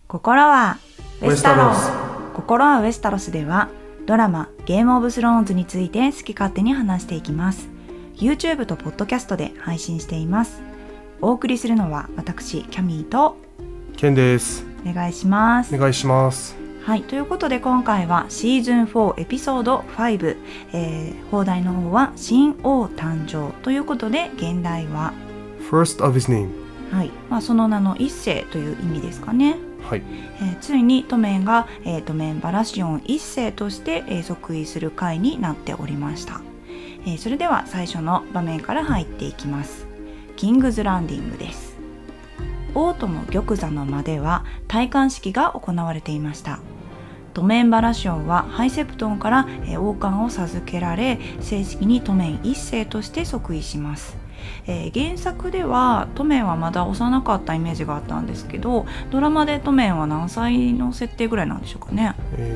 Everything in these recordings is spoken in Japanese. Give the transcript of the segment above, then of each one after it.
心はウェスタロス。 ウ心はウェスタロスではドラマゲームオブスローンズについて好き勝手に話していきます。 YouTube とポッドキャストで配信しています。お送りするのは私キャミーとケンです。 お願いします。 お願いします。 はい、ということで今回はシーズン4エピソード5、放題の方は新王誕生ということで、現代は First of his name。 はい、その名の一世という意味ですかね。 はい。 ついにトメンが、トメンバラシオン一世として、即位する回になっておりました。それでは最初の場面から入っていきます。キングズランディングです。王都の玉座の間では戴冠式が行われていました。トメンバラシオンはハイセプトンから王冠を授けられ、正式にトメン一世として即位します。原作ではトメンはまだ幼かったイメージがあったんですけど、ドラマでトメンは何歳の設定ぐらいなんでしょうかね。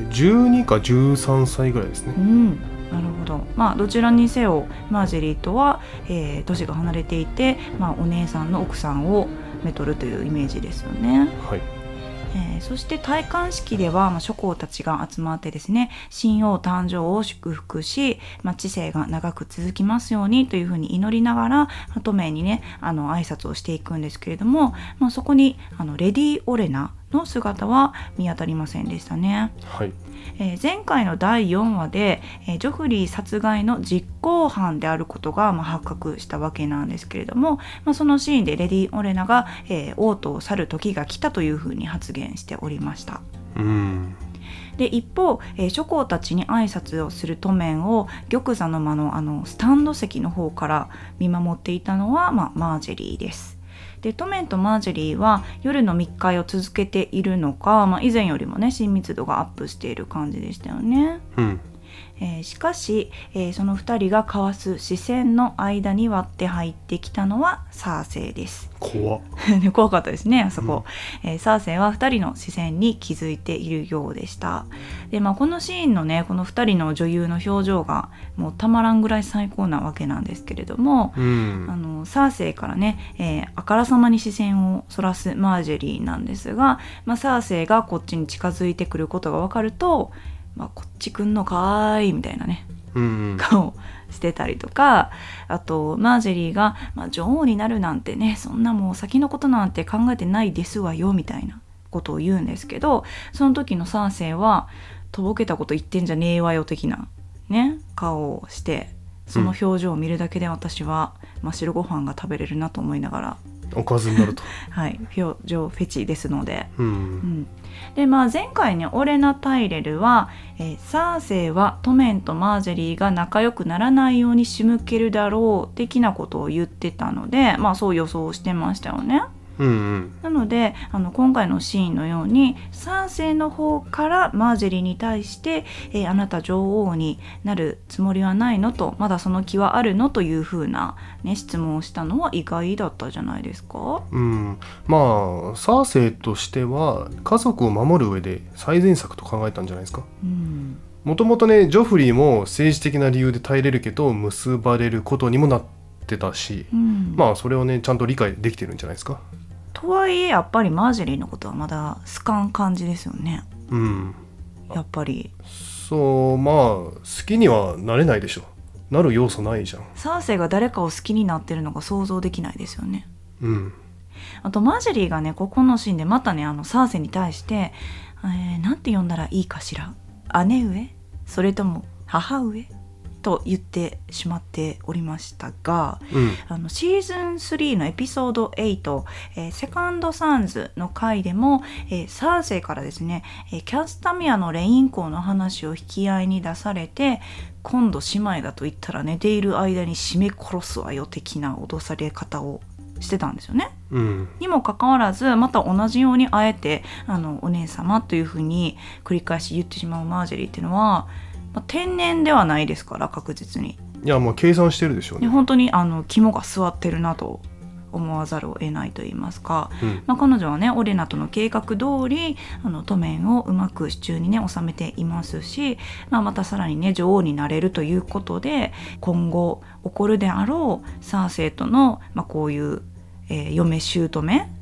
12か13歳ぐらいですね。 なるほど。どちらにせよマージェリーとは、年が離れていて、お姉さんの奥さんをめとるというイメージですよね。 はい。 そして戴冠式では、諸公たちが集まってですね、新王誕生を祝福し、治世が長く続きますようにというふうに祈りながらトメンにね挨拶をしていくんですけれども、そこにレディ・オレナの姿は見当たりませんでしたね。 はい。 前回の第4話で、ジョフリー殺害の実行犯であることが、発覚したわけなんですけれども、そのシーンでレディ・オレナが、王都を去る時が来たというふうに発言しておりました。で一方、諸公たちに挨拶をするトメンを玉座の間のスタンド席の方から見守っていたのは、マージェリーです。でトメンとマージェリーは夜の密会を続けているのか、以前よりもね親密度がアップしている感じでしたよね。しかし、その2人が交わす視線の間に割って入ってきたのはサーセイです。怖かったですね、あそこ。サーセイは2人の視線に気づいているようでした。で、このシーンのねこの2人の女優の表情がもうたまらんぐらい最高なわけなんですけれども、サーセイからね、あからさまに視線をそらすマージェリーなんですが、サーセイがこっちに近づいてくることが分かると、こっち来んのかーいみたいなね、顔してたりとか、あとマージェリーが、女王になるなんてね、そんなもう先のことなんて考えてないですわよみたいなことを言うんですけど、その時のサーセイはとぼけたこと言ってんじゃねえわよ的なね顔をして、その表情を見るだけで私は、白ご飯が食べれるなと思いながら、 おかずになるとはい、表情フェチですので。で前回ねオレナ・タイレルは、サーセイはトメンとマージェリーが仲良くならないように仕向けるだろう的なことを言ってたので、そう予想してましたよね。なので今回のシーンのようにサーセイの方からマージェリーに対して、あなた女王になるつもりはないのと、まだその気はあるのというふうな、質問をしたのは意外だったじゃないですか。 サーセイとしては家族を守る上で最善策と考えたんじゃないですか。もともとねジョフリーも政治的な理由で耐えれるけど結ばれることにもなってたし、それをねちゃんと理解できてるんじゃないですか。 とはいえやっぱりマージェリーのことはまだ好かん感じですよね。やっぱりそう、好きにはなれないでしょ。なる要素ないじゃん。 サーセイが誰かを好きになってるのが想像できないですよね。あとマージェリーがねここのシーンでまたねサーセイに対して、なんて呼んだらいいかしら、姉上それとも母上と言ってしまっておりましたが、シーズン3のエピソード8、セカンドサンズの回でも、サーセイからですね、キャスタミアのレインコの話を引き合いに出されて、今度姉妹だと言ったら寝ている間に絞め殺すわよ的な脅され方をしてたんですよね。にもかかわらずまた同じようにあえてお姉様というふうに繰り返し言ってしまうマージェリーっていうのは、天然ではないですから、確実に。 いや計算してるでしょうね。 本当に肝が据わってるなと思わざるを得ないと言いますか、彼女はねオレナとの計画通りトメンをうまく手中にね収めていますし、またさらにね女王になれるということで、今後起こるであろうサーセイとの、こういう、嫁姑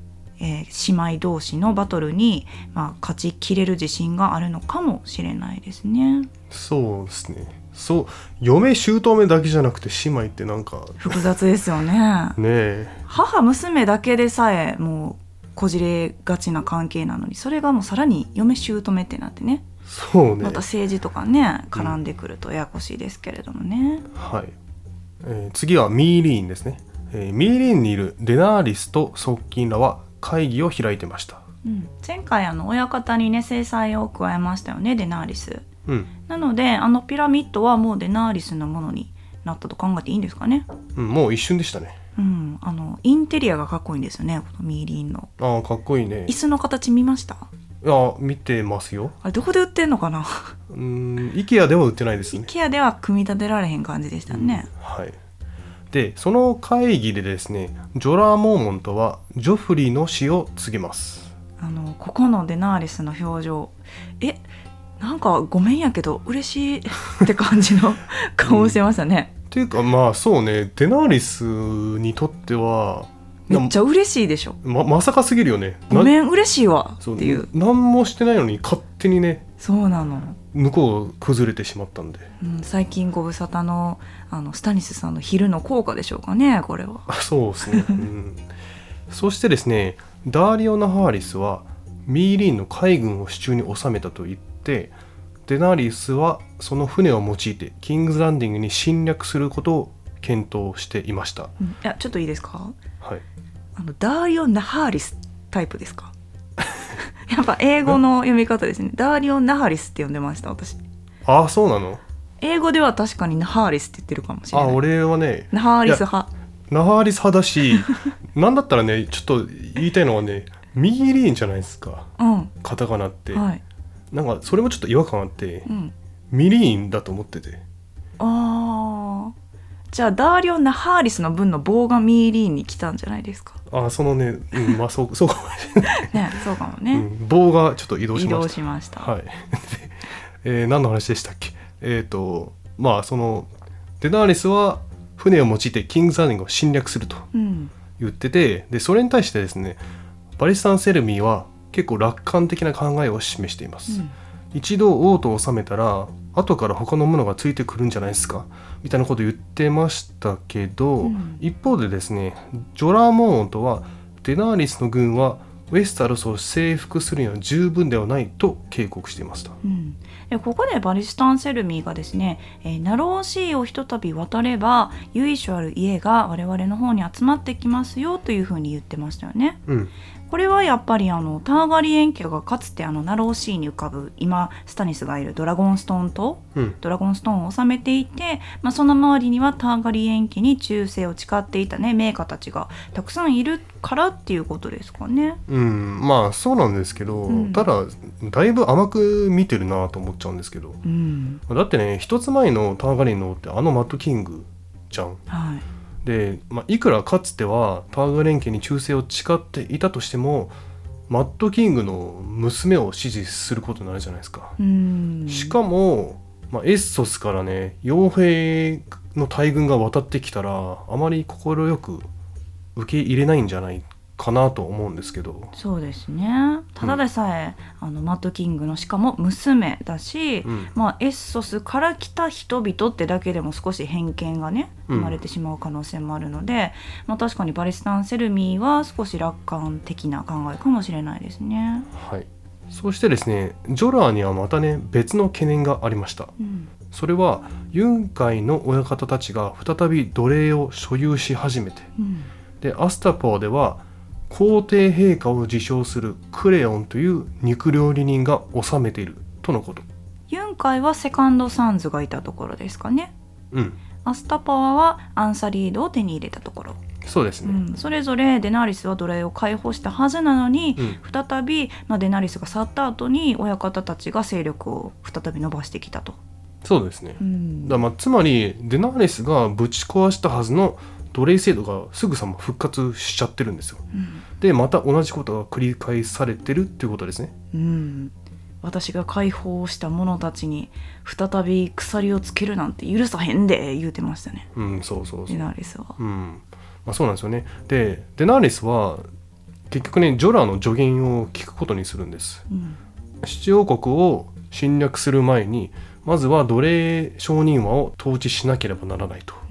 姉妹同士のバトルに、勝ちきれる自信があるのかもしれないですね。 そうですね。そう嫁姑だけじゃなくて姉妹ってなんか複雑ですよね。 ねえ、 母娘だけでさえもうこじれがちな関係なのに、それがもうさらに嫁姑ってなってね、 そうね、 また政治とかね絡んでくるとややこしいですけれどもね。 はい。次はミーリーンですね。ミーリーンにいるデナーリスと側近らは会議を開いてました。 前回親方にね制裁を加えましたよね、デナーリス。なのでピラミッドはもうデナーリスのものになったと考えていいんですかね。 もう一瞬でしたね。 インテリアがかっこいいんですよね、このミーリーンの。 かっこいいね。 椅子の形見ました？ いや、見てますよ。 あれどこで売ってんのかな。 IKEA では売ってないですね。 IKEA では組み立てられへん感じでしたね。 はい。でその会議でですね、ジョラー・モーモントはジョフリーの死を告げます。 ここのデナーリスの表情、なんかごめんやけど嬉しいって感じの顔してましたね。 っていうかそうね、デナーリスにとってはめっちゃ嬉しいでしょ。 まさかすぎるよね。 ごめん嬉しいわっていう。 何もしてないのに勝手にね、 そうなの、 向こう崩れてしまったんで、 最近ご無沙汰のスタニスさんの昼の効果でしょうかね、これは。 そうですね、そしてですね、ダーリオ・ナハーリスはミーリーンの海軍を手中に収めたと言って、デナーリスはその船を用いてキングズランディングに侵略することを検討していました。 いやちょっといいですか。 はい。 ダーリオ・ナハーリスタイプですか。やっぱ英語の読み方ですね。ダーリオ・ナハリスって呼んでました私。 あ、そうなの。 英語では確かにナハーリスって言ってるかもしれない。 俺はねナハーリス派。 ナハーリス派だしなんだったらね、ちょっと言いたいのはね、ミーリーンじゃないですか、カタカナって、なんかそれもちょっと違和感あって、ミリーンだと思ってて。 じゃあダーリオ・ナハーリスの分の棒がミーリーンに来たんじゃないですか。 そのね、そうかもしれないね、そうかもね、 棒がちょっと移動しました。 はい。 何の話でしたっけ。そのデナーリスは船を用いてキングズランディングを侵略すると言ってて、でそれに対してですね、バリスタン・セルミーは結構楽観的な考えを示しています。一度王都を治めたら後から他のものがついてくるんじゃないですかみたいなことを言ってましたけど、一方でですね、ジョラー・モーモントはデナーリスの軍はウェスタロスを征服するには十分ではないと警告していました。 でここでバリスタン・セルミーがですね、ナローシーをひとたび渡れば由緒ある家が我々の方に集まってきますよというふうに言ってましたよね。これはやっぱりターガリエン家がかつてナローシーに浮かぶ今スタニスがいるドラゴンストーンと、ドラゴンストーンを治めていて、その周りにはターガリエン家に忠誠を誓っていたね名家たちがたくさんいるからっていうことですかね。 そうなんですけど、ただだいぶ甘く見てるなと思っちゃうんですけど、だってね、一つ前のターガリエンのってマッドキングじゃん。で、いくらかつてはターガリエン家に忠誠を誓っていたとしても、マッドキングの娘を支持することになるじゃないですか。しかも、エッソスからね傭兵の大軍が渡ってきたらあまり快く受け入れないんじゃないかなと思うんですけど。 そうですね。ただでさえ、マッドキングのしかも娘だし、エッソスから来た人々ってだけでも少し偏見がね生まれてしまう可能性もあるので、確かにバリスタン・セルミーは少し楽観的な考えかもしれないですね。 はい。そしてですね、ジョラーにはまたね別の懸念がありました。それはユンカイの親方たちが再び奴隷を所有し始めて、でアスタポーでは皇帝陛下を自称するクレオンという肉料理人が治めているとのこと。 ユンカイはセカンドサンズがいたところですかね。アスタパワはアンサリードを手に入れたところ。 そうですね、 それぞれデナーリスは奴隷を解放したはずなのに、再び、デナーリスが去った後に親方たちが勢力を再び伸ばしてきたと。 そうですね、つまりデナーリスがぶち壊したはずの奴隷制度がすぐさま復活しちゃってるんですよ。でまた同じことが繰り返されてるっていうことですね。 私が解放した者たちに再び鎖をつけるなんて許さへんで言うてましたね。 そうデナーリスは。 そうなんですよね。でデナーリスは結局ねジョラの助言を聞くことにするんです、七王国を侵略する前にまずは奴隷商人和を統治しなければならないと、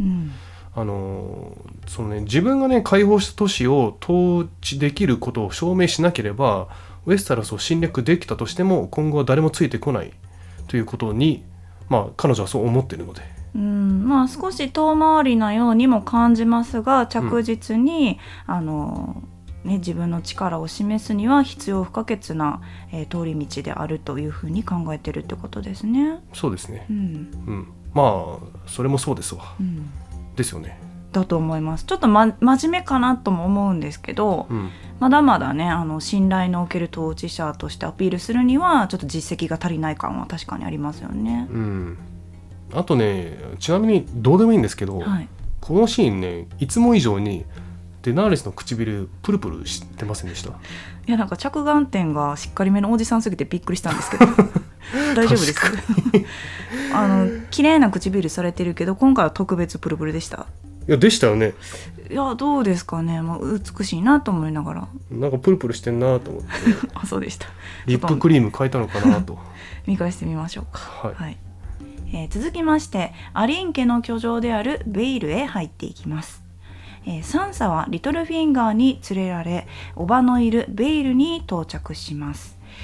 そのね、自分がね解放した都市を統治できることを証明しなければウェスタロスを侵略できたとしても今後は誰もついてこないということに、彼女はそう思っているので、 少し遠回りなようにも感じますが着実に、自分の力を示すには必要不可欠な、通り道であるというふうに考えてるってことですね。 そうですね、それもそうですわ、ですよね。 だと思います。ちょっと、真面目かなとも思うんですけど、まだまだね信頼のおける統治者としてアピールするにはちょっと実績が足りない感は確かにありますよね。 あとねちなみにどうでもいいんですけど、このシーンねいつも以上にデナーレスの唇プルプルしてませんでした？いやなんか着眼点がしっかりめのおじさんすぎてびっくりしたんですけど大丈夫です綺麗な唇されてるけど今回は特別プルプルでした？ いやでしたよね。 いやどうですかね、美しいなと思いながらなんかプルプルしてんなと思ってあそうでした。 リップクリーム変えたのかなと見返してみましょうか。続きましてアリン家の居城であるベイルへ入っていきます。サンサはリトルフィンガーに連れられ叔母のいるベイルに到着します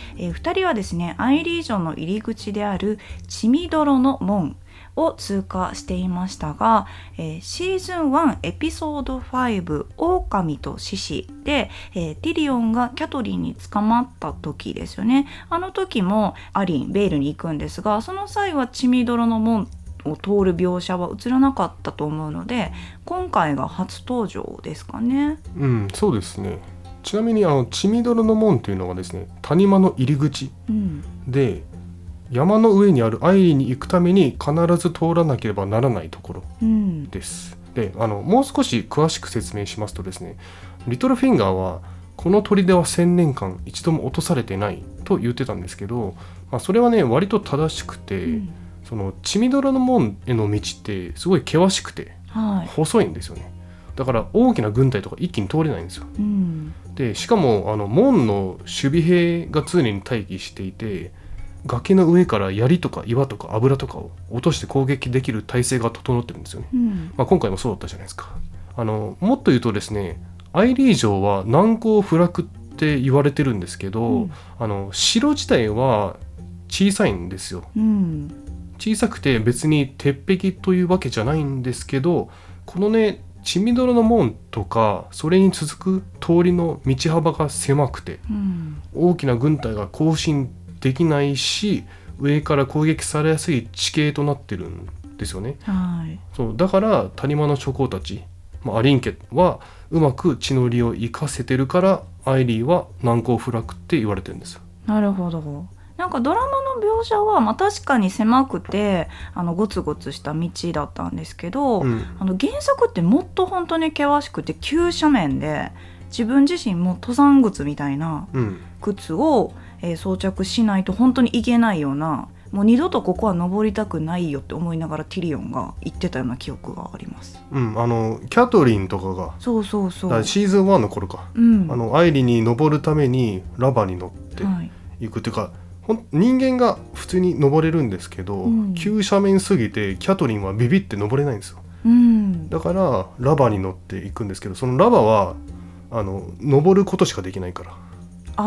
。2人はですねアイリー城の入り口である血みどろの門を通過していましたが、シーズン1エピソード5狼と獅子で、ティリオンがキャトリンに捕まった時ですよね。あの時もアリンベイルに行くんですがその際は血みどろの門を通る描写は映らなかったと思うので今回が初登場ですかね。 そうですね。ちなみに血みどろの門というのはですね谷間の入り口、で山の上にあるアイリーに行くために必ず通らなければならないところです、でもう少し詳しく説明しますとですねリトルフィンガーはこの砦は1000年間一度も落とされてないと言ってたんですけど、それはね割と正しくて、その血みどろの門への道ってすごい険しくて細いんですよね。だから大きな軍隊とか一気に通れないんですよ、でしかも門の守備兵が常に待機していて崖の上から槍とか岩とか油とかを落として攻撃できる体制が整ってるんですよね、今回もそうだったじゃないですか。もっと言うとですねアイリー城は難攻不落って言われてるんですけど、城自体は小さいんですよ、小さくて別に鉄壁というわけじゃないんですけどこのね血みどろの門とかそれに続く通りの道幅が狭くて、大きな軍隊が行進できないし上から攻撃されやすい地形となってるんですよね、そうだから谷間の諸侯たち、アリン家はうまく地の利を生かせてるからアイリーは難攻不落って言われてるんですよ。 なるほど。なんかドラマの描写は、確かに狭くてゴツゴツした道だったんですけど、原作ってもっと本当に険しくて急斜面で自分自身も登山靴みたいな靴を、装着しないと本当に行けないような、もう二度とここは登りたくないよって思いながらティリオンが言ってたような記憶があります、キャトリンとかがそうシーズン1の頃か、アイリに登るためにラバに乗って行くっていうか、人間が普通に登れるんですけど、急斜面すぎてキャトリンはビビって登れないんですよ、だからラバに乗っていくんですけど、そのラバは登ることしかできないから。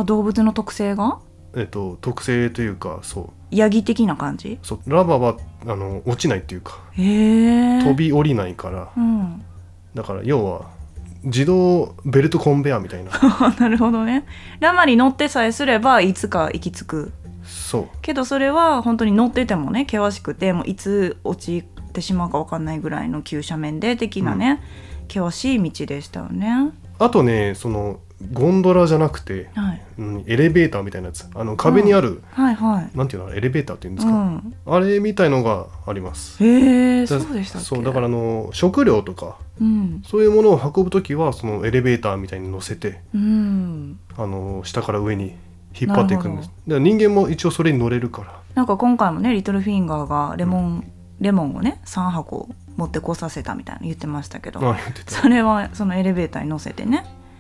動物の特性が特性というか、そうヤギ的な感じ。 そうラバは落ちないっていうか、飛び降りないから、だから要は自動ベルトコンベアみたいななるほどね。ラバに乗ってさえすればいつか行き着く。 そうけどそれは本当に乗っててもね険しくて、もういつ落ちてしまうか分かんないぐらいの急斜面で的なね、険しい道でしたよね。 あとね、そのゴンドラじゃなくて、エレベーターみたいなやつ、壁にある、なんていうの、エレベーターっていうんですか、あれみたいのがあります。 そうでしたっけ。 そうだから食料とか、そういうものを運ぶときはそのエレベーターみたいに乗せて、下から上に引っ張っていくんです。だから人間も一応それに乗れるから。 なんか今回もねリトルフィンガーがレモンをね3箱持ってこさせたみたいな言ってましたけど、それはそのエレベーターに乗せてね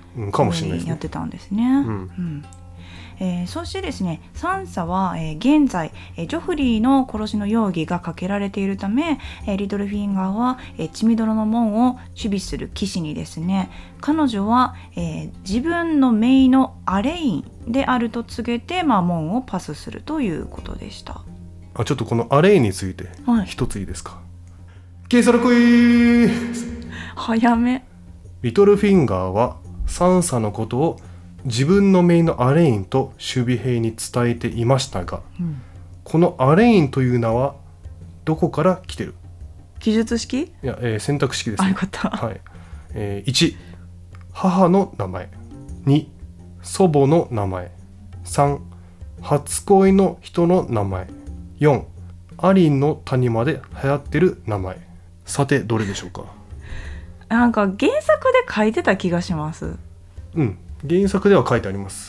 かもしれないですね。 やってたんですね。そしてですね、サンサは、現在、ジョフリーの殺しの容疑がかけられているため、リトルフィンガーは、血みどろの門を守備する騎士にですね、彼女は、自分の姪のアレインであると告げて、門をパスするということでした。 ちょっとこのアレインについて一ついいですか。ケイサルクイー早め。 リトルフィンガーはサンサのことを自分の姪のアレインと守備兵に伝えていましたが、このアレインという名はどこから来てる？ 記述式？ いや、選択式ですね。 よかった。 はい。1、母の名前。2、祖母の名前。3、初恋の人の名前。4、アリンの谷間で流行ってる名前。さてどれでしょうか？ なんか原作で書いてた気がします。 原作では書いてあります。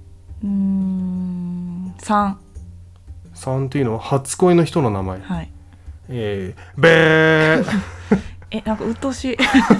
3 というのは初恋の人の名前。 はい。 べーなんか鬱陶しい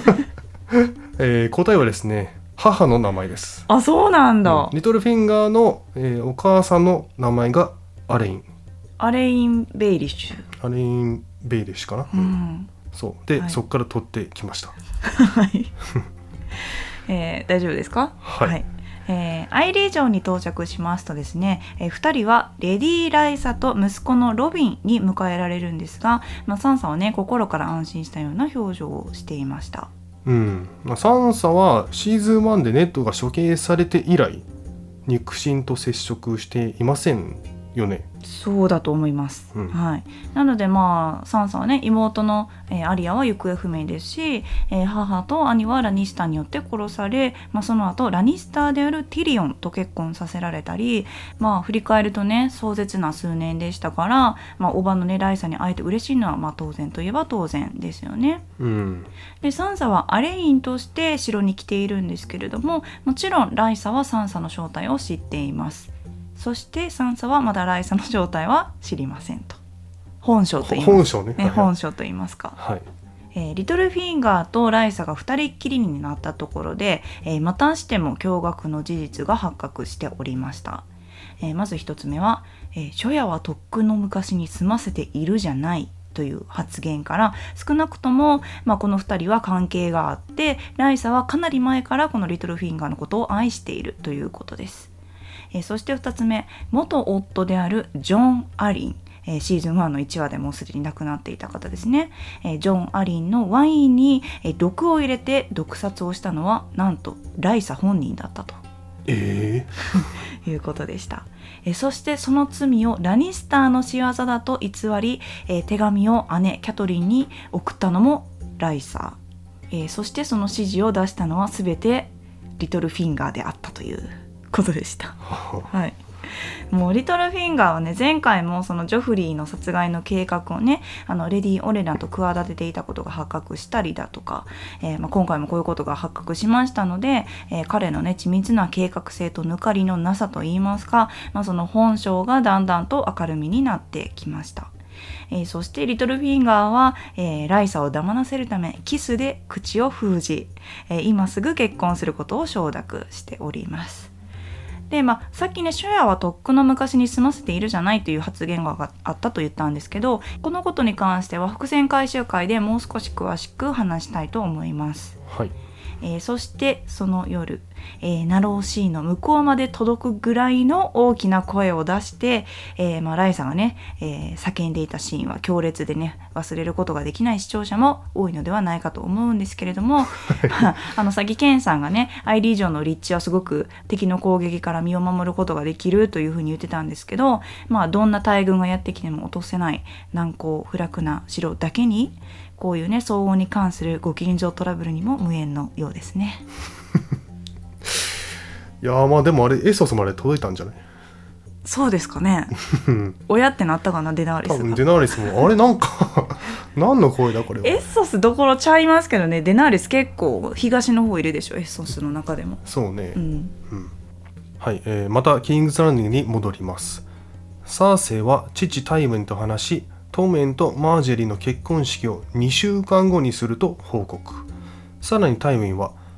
答えはですね、母の名前です。 あ、そうなんだ。 リトルフィンガーの、お母さんの名前がアレイン。 アレイン・ベイリッシュ。 アレイン・ベイリッシュかな。そうで、そこから取ってきました。 はい。大丈夫ですか？ はい。 アイリー城に到着しますとですね、2人はレディ・ライサと息子のロビンに迎えられるんですが、サンサはね、心から安心したような表情をしていました。 サンサはシーズン1でネットが処刑されて以来肉親と接触していませんよね。 そうだと思います。はい。なのでサンサはね、妹の、アリアは行方不明ですし、母と兄はラニスターによって殺され、その後ラニスターであるティリオンと結婚させられたり、振り返るとね、壮絶な数年でしたから、おばのねライサに会えて嬉しいのは当然といえば当然ですよね。でサンサはアレインとして城に来ているんですけれども、もちろんライサはサンサの正体を知っています。そしてサンサはまだライサの正体は知りませんと。本性と言います。本性と言いますか。 はい。 リトルフィンガーとライサが2人っきりになったところで、またしても驚愕の事実が発覚しておりました。まず1つ目は、初夜はとっくの昔に済ませているじゃないという発言から、少なくとも、この2人は関係があって、ライサはかなり前からこのリトルフィンガーのことを愛しているということです。そして2つ目、元夫であるジョン・アリン、シーズン1の1話でもうすでに亡くなっていた方ですね。ジョン・アリンのワインに毒を入れて毒殺をしたのはなんとライサ本人だったということでした。そしてその罪をラニスターの仕業だと偽り、手紙を姉キャトリンに送ったのもライサー、そしてその指示を出したのは全てリトルフィンガーであったということでした。はい。もうリトルフィンガーはね、前回もそのジョフリーの殺害の計画をね、レディ・オレナと企てていたことが発覚したりだとか、今回もこういうことが発覚しましたので、彼のね緻密な計画性と抜かりのなさといいますか、その本性がだんだんと明るみになってきました。そしてリトルフィンガーは、ライサを黙らせるためキスで口を封じ、今すぐ結婚することを承諾しております。でさっきね、初夜はとっくの昔に済ませているじゃないという発言があったと言ったんですけど、このことに関しては伏線回収会でもう少し詳しく話したいと思います。 はい。 そしてその夜、ナローシーの向こうまで届くぐらいの大きな声を出して、ライサがね、叫んでいたシーンは強烈でね、忘れることができない視聴者も多いのではないかと思うんですけれどもさっきケンさんがね、アイリー城の立地はすごく敵の攻撃から身を守ることができるというふうに言ってたんですけど、どんな大軍がやってきても落とせない難攻不落な城だけに、こういうね騒音に関するご近所トラブルにも無縁のようですね。 いやでもあれエソスまで届いたんじゃない？ そうですかね。親ってなったかな、デナーリスが。 多分デナーリスもあれなんか何の声だこれは。 エッソスどころちゃいますけどね、デナーリス結構東の方いるでしょ、エッソスの中でも。 そうね。はい、またキングズランディングに戻ります。サーセイは父タイムンと話し、トメンとマージェリーの結婚式を2週間後にすると報告。さらにタイムンは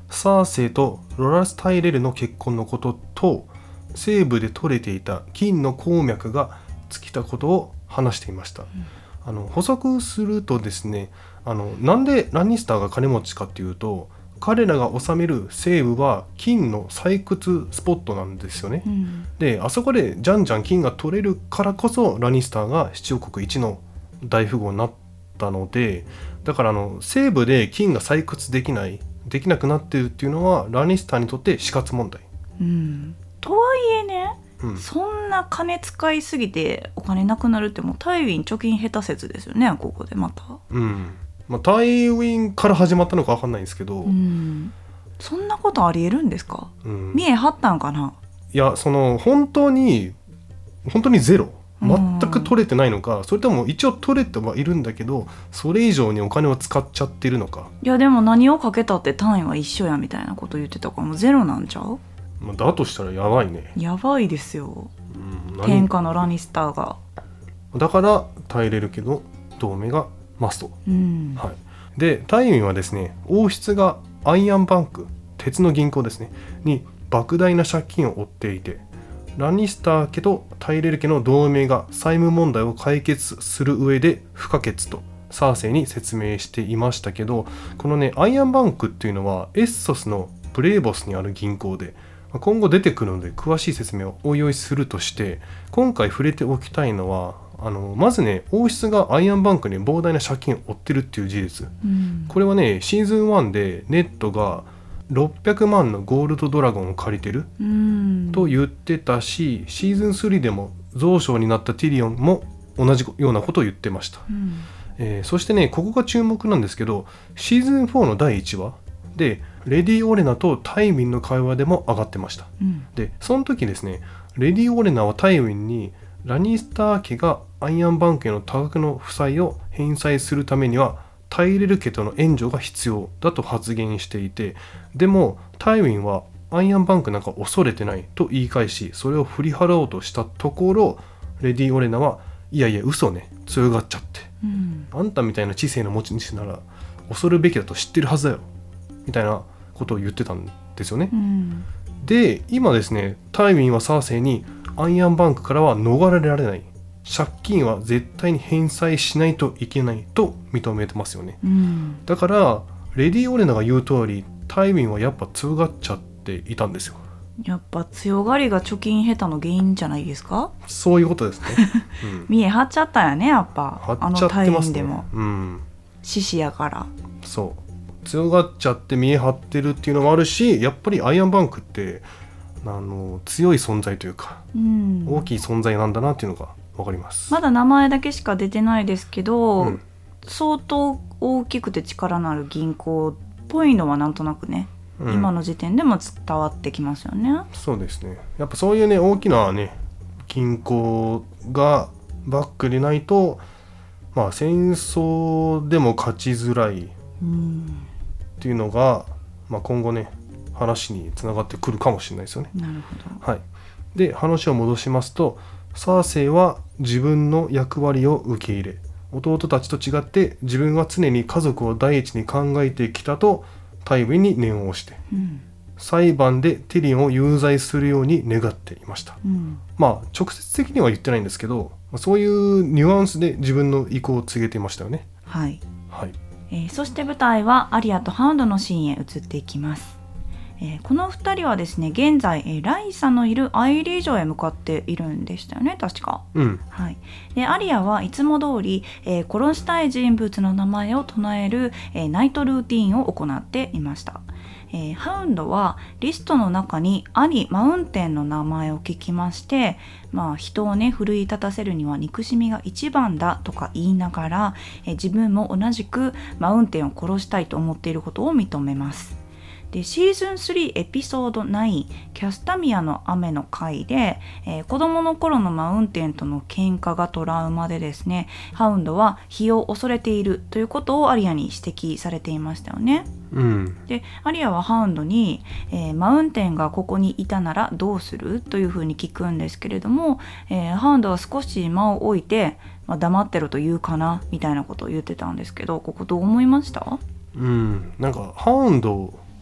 サーセイとロラスタイレルの結婚のことと、西部で取れていた金の鉱脈が尽きたことを話していました。補足するとですね、なんでラニスターが金持ちかっていうと、彼らが治める西部は金の採掘スポットなんですよね。で、あそこでじゃんじゃん金が取れるからこそラニスターが七王国一の大富豪になったので、だから西部で金が採掘できなくなってるっていうのはラニスターにとって死活問題。 とはいえね、そんな金使いすぎてお金なくなるってもうタイウィン貯金下手説ですよね、ここでまた。 タイウィンから始まったのか分かんないんですけど、 そんなことありえるんですか？見え張ったんかな。 いや、本当にゼロ、全く取れてないのか、それとも一応取れてはいるんだけどそれ以上にお金を使っちゃってるのか。 いやでも何をかけたって単位は一緒やみたいなこと言ってたからもうゼロなんちゃう？ だとしたらやばいね。 やばいですよ、天下のラニスターが。 だから耐えれるけど同盟がマスト。でタイウィンはですね、王室がアイアンバンク、鉄の銀行ですねに莫大な借金を負っていて、ラニスター家とタイレル家の同盟が債務問題を解決する上で不可欠とサーセイに説明していましたけど、このねアイアンバンクっていうのはエッソスのブレーボスにある銀行で、今後出てくるので詳しい説明をおいおいするとして、今回触れておきたいのはまずね、王室がアイアンバンクに膨大な借金を負ってるっていう事実、これはねシーズン1でネットが600万のゴールドドラゴンを借りてると言ってたし、シーズン3でも増床になったティリオンも同じようなことを言ってました。そしてね、ここが注目なんですけど、シーズン4の第1話でレディオレナとタイウィンの会話でも上がってました。でその時ですね、レディオレナはタイウィンにラニスター家がアイアンバンクへの多額の負債を返済するためにはタイレル家との援助が必要だと発言していて、でもタイウィンはアイアンバンクなんか恐れてないと言い返し、それを振り払おうとしたところ、レディオレナはいやいや嘘ね、強がっちゃって、あんたみたいな知性の持ち主なら恐るべきだと知ってるはずだよみたいなことを言ってたんですよね。で今ですね、タイウィンはサーセイにアイアンバンクからは逃れられない、借金は絶対に返済しないといけないと認めてますよね。だからレディオレナが言う通り、タイウィンはやっぱ強がっちゃっていたんですよ。 やっぱ強がりが貯金下手の原因じゃないですか？ そういうことですね。 見え張っちゃったよね、やっぱ。 張っちゃってますね。 獅子やから。 そう強がっちゃって見え張ってるっていうのもあるし、やっぱりアイアンバンクって強い存在というか、大きい存在なんだなっていうのが分かります。 まだ名前だけしか出てないですけど、相当大きくて力のある銀行っぽいのはなんとなくね、今の時点でも伝わってきますよね。 そうですね。やっぱそういうね大きなね銀行がバックでないと、戦争でも勝ちづらいっていうのが、今後ね話につながってくるかもしれないですよね。 なるほど。 で話を戻しますと、サーセイは自分の役割を受け入れ、弟たちと違って自分は常に家族を第一に考えてきたとタイウィンに念を押して、裁判でティリオンを有罪するように願っていました。直接的には言ってないんですけど、そういうニュアンスで自分の意向を告げていましたよね。 そして舞台はアリアとハウンドのシーンへ移っていきます。この2人はですね、現在、ライサのいるアイリー城へ向かっているんでしたよね、確か。でアリアはいつも通り、殺したい人物の名前を唱える、ナイトルーティーンを行っていました。ハウンドはリストの中に兄マウンテンの名前を聞きまして、人をね奮い立たせるには憎しみが一番だとか言いながら、自分も同じくマウンテンを殺したいと思っていることを認めます。でシーズン3エピソード9キャスタミアの雨の回で、子供の頃のマウンテンとの喧嘩がトラウマでですね、ハウンドは火を恐れているということをアリアに指摘されていましたよね。でアリアはハウンドに、マウンテンがここにいたならどうするというふうに聞くんですけれども、ハウンドは少し間を置いて、黙ってろと言うかなみたいなことを言ってたんですけど、ここどう思いました？ なんかハウンド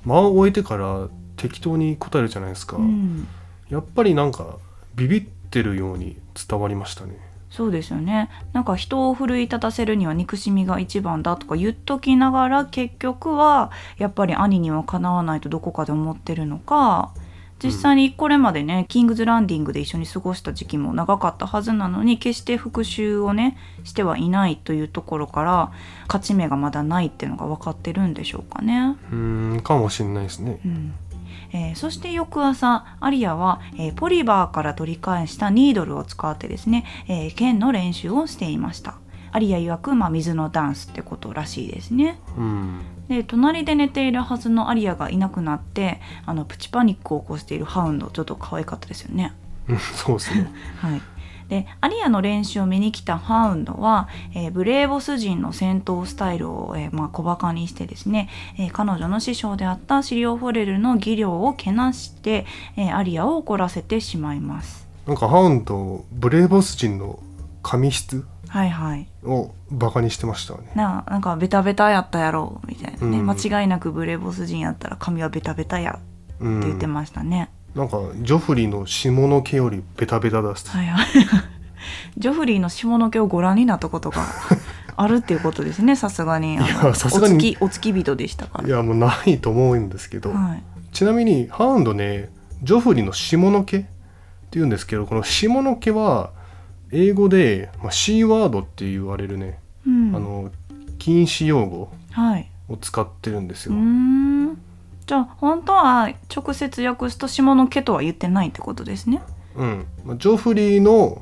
間を置いてから適当に答えるじゃないですか、やっぱりなんかビビってるように伝わりましたね。 そうですよね。なんか人を奮い立たせるには憎しみが一番だとか言っときながら、結局はやっぱり兄にはかなわないとどこかで思ってるのか、実際にこれまでね、キングズランディングで一緒に過ごした時期も長かったはずなのに、決して復讐をねしてはいないというところから、勝ち目がまだないっていうのが分かってるんでしょうかね。 かもしれないですね。 そして翌朝、アリアは、ポリバーから取り返したニードルを使ってですね、剣の練習をしていました。アリア曰く、水のダンスってことらしいですね。で、隣で寝ているはずのアリアがいなくなって、プチパニックを起こしているハウンド、ちょっと可愛かったですよね。 そうですね。 はい。で、アリアの練習を見に来たハウンドは、ブレーボス人の戦闘スタイルを、小バカにしてですね、彼女の師匠であったシリオ・フォレルの技量をけなして、アリアを怒らせてしまいます。 なんかハウンド、ブレーボス人の髪質をバカにしてましたね。 なんかベタベタやったやろみたいなね、間違いなくブレーボス人やったら髪はベタベタやって言ってましたね。 なんかジョフリーの下の毛よりベタベタだっす。 ジョフリーの下の毛をご覧になったことがあるっていうことですね。さすがにお付き人でしたから。 いや、もうないと思うんですけど、ちなみにハウンドね、ジョフリーの下の毛って言うんですけど、この下の毛は英語で、C ワードって言われるね、禁止用語を使ってるんですよ。 じゃあ本当は直接訳すと下の毛とは言ってないってことですね。 ジョフリーの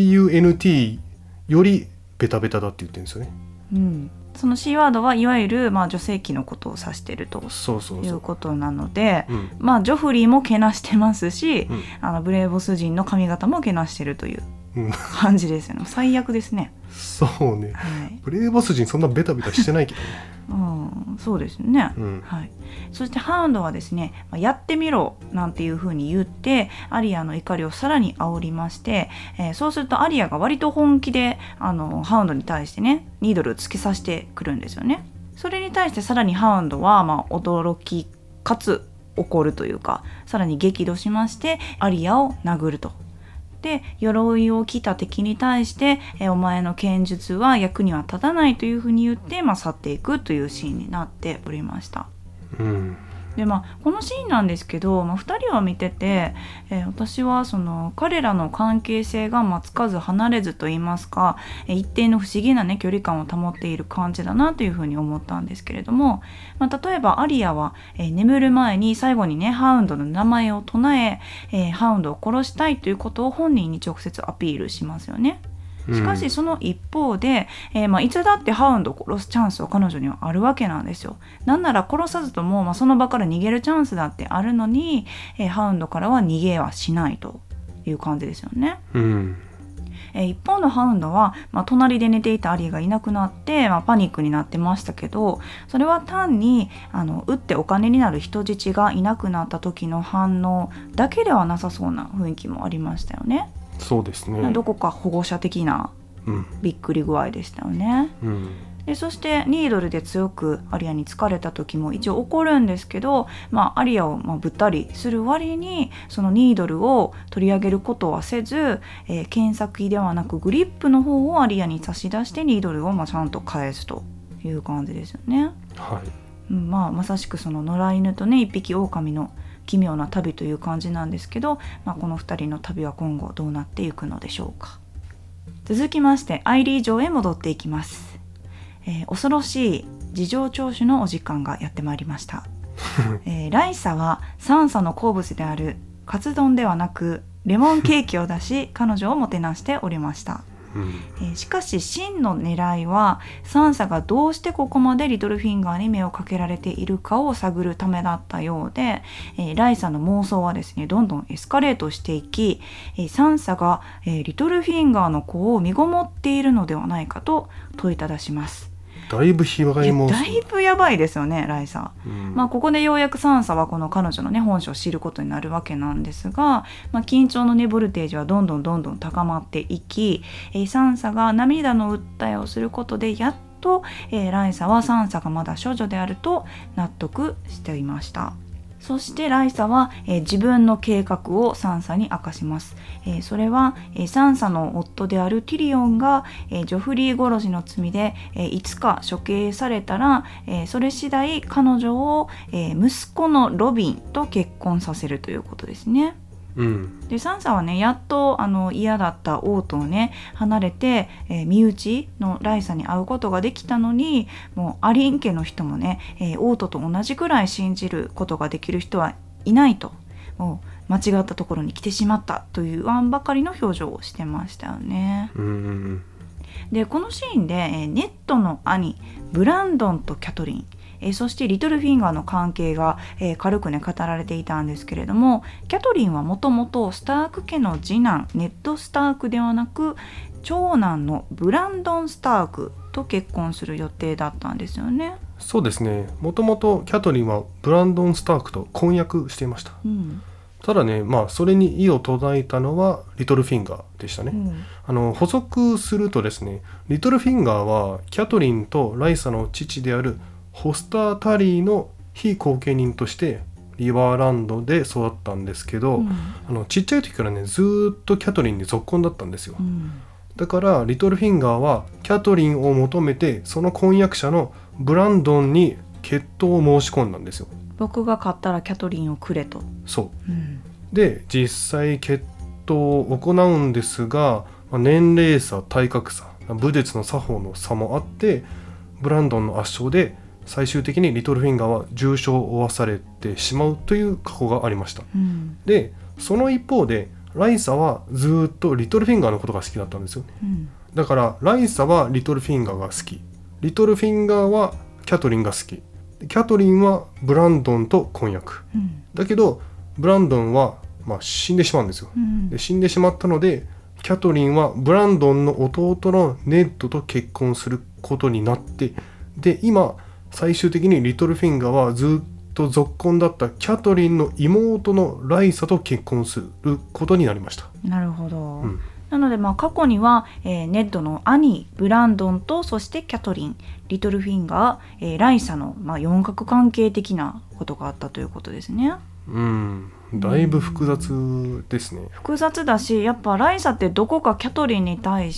CUNT よりベタベタだって言ってるんですよね。 その C ワードはいわゆる、女性器のことを指してるということなので、ジョフリーもけなしてますし、ブレーボス人の髪型もけなしてるという感じですよね。最悪ですね。 そうね、ブレーボス人そんなベタベタしてないけどね。 そうですね。そしてハウンドはですね、やってみろなんていう風に言ってアリアの怒りをさらに煽りまして、そうするとアリアが割と本気でハウンドに対してね、ニードルを突き刺してくるんですよね。それに対してさらにハウンドは驚きかつ怒るというか、さらに激怒しましてアリアを殴ると。で、鎧を着た敵に対して、お前の剣術は役には立たないというふうに言って、去っていくというシーンになっておりました。で、このシーンなんですけど、2人を見てて、私はその彼らの関係性がつかず離れずと言いますか、一定の不思議なね距離感を保っている感じだなというふうに思ったんですけれども、例えばアリアは、眠る前に最後にねハウンドの名前を唱え、ハウンドを殺したいということを本人に直接アピールしますよね。しかしその一方で、いつだってハウンドを殺すチャンスは彼女にはあるわけなんですよ。なんなら殺さずとも、その場から逃げるチャンスだってあるのに、ハウンドからは逃げはしないという感じですよね。一方のハウンドは、隣で寝ていたアリーがいなくなって、パニックになってましたけど、それは単に撃ってお金になる人質がいなくなった時の反応だけではなさそうな雰囲気もありましたよね。 そうですね。 どこか保護者的なびっくり具合でしたよね。で、そしてニードルで強くアリアに疲れた時も一応怒るんですけど、アリアをぶったりする割にそのニードルを取り上げることはせず、剣先ではなくグリップの方をアリアに差し出してニードルをちゃんと返すという感じですよね。まさしくその野良犬とね一匹狼の奇妙な旅という感じなんですけど、この2人の旅は今後どうなっていくのでしょうか。続きましてアイリー城へ戻っていきます。恐ろしい事情聴取のお時間がやってまいりました。ライサはサンサの好物であるカツ丼ではなくレモンケーキを出し彼女をもてなしておりました。しかし真の狙いはサンサがどうしてここまでリトルフィンガーに目をかけられているかを探るためだったようで、ライサの妄想はですねどんどんエスカレートしていき、サンサが、リトルフィンガーの子を身ごもっているのではないかと問いただします。 だいぶ被害もだいぶやばいですよね、ライサ。ここでようやくサンサはこの彼女のね本性を知ることになるわけなんですが、緊張のねボルテージはどんどん高まっていき、サンサが涙の訴えをすることでやっと、ライサはサンサがまだ処女であると納得していました。そしてライサは、自分の計画をサンサに明かします。それは、サンサの夫であるティリオンが、ジョフリー殺しの罪で、いつか処刑されたら、それ次第彼女を、息子のロビンと結婚させるということですね。でサンサはねやっと嫌だった王都をね離れて、身内のライサに会うことができたのに、もうアリン家の人もね、王都と同じくらい信じることができる人はいないと、もう間違ったところに来てしまったという言わんばかりの表情をしてましたよね。でこのシーンで、ネットの兄ブランドンとキャトリン、そしてリトルフィンガーの関係が、軽くね語られていたんですけれども、キャトリンはもともとスターク家の次男ネッド・スタークではなく長男のブランドン・スタークと結婚する予定だったんですよね。 そうですね、もともとキャトリンはブランドン・スタークと婚約していました。ただね、それに異を唱えたのはリトルフィンガーでしたね。補足するとですね、リトルフィンガーはキャトリンとライサの父であるホスター・タリーの非後継人としてリバーランドで育ったんですけど、ちっちゃい時からねずっとキャトリンにぞっこんだったんですよ。だからリトルフィンガーはキャトリンを求めてその婚約者のブランドンに決闘を申し込んだんですよ。 僕が勝ったらキャトリンをくれと。 そう、で実際決闘を行うんですが、年齢差、体格差、武術の作法の差もあってブランドンの圧勝で最終的にリトルフィンガーは重傷を負わされてしまうという過去がありました。でその一方でライサはずっとリトルフィンガーのことが好きだったんですよね。だからライサはリトルフィンガーが好き、リトルフィンガーはキャトリンが好き、キャトリンはブランドンと婚約、だけどブランドンは、死んでしまうんですよ。で死んでしまったのでキャトリンはブランドンの弟のネッドと結婚することになって、で今最終的にリトルフィンガーはずっとぞっこんだったキャトリンの妹のライサと結婚することになりました。 なるほど、なので過去には、ネッドの兄ブランドンとそしてキャトリン、リトルフィンガー、ライサの、四角関係的なことがあったということですね。 だいぶ複雑ですね。 複雑だし、やっぱライサってどこかキャトリンに対して、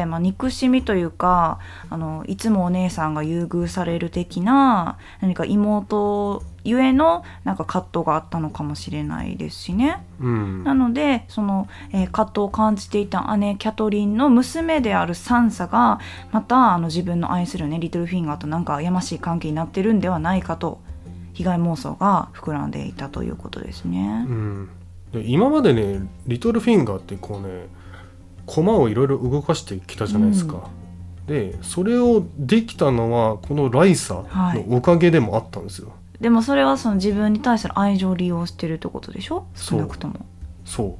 憎しみというかいつもお姉さんが優遇される的な何か妹ゆえの葛藤があったのかもしれないですしね。なのでその、葛藤を感じていた姉キャトリンの娘であるサンサがまた自分の愛するねリトルフィンガーとやましい関係になってるんではないかと被害妄想が膨らんでいたということですね。 で今までねリトルフィンガーって駒をいろいろ動かしてきたじゃないですか。でそれをできたのはこのライサのおかげでもあったんですよ。 でもそれはその自分に対する愛情を利用してるってことでしょ、少なくとも。 そう、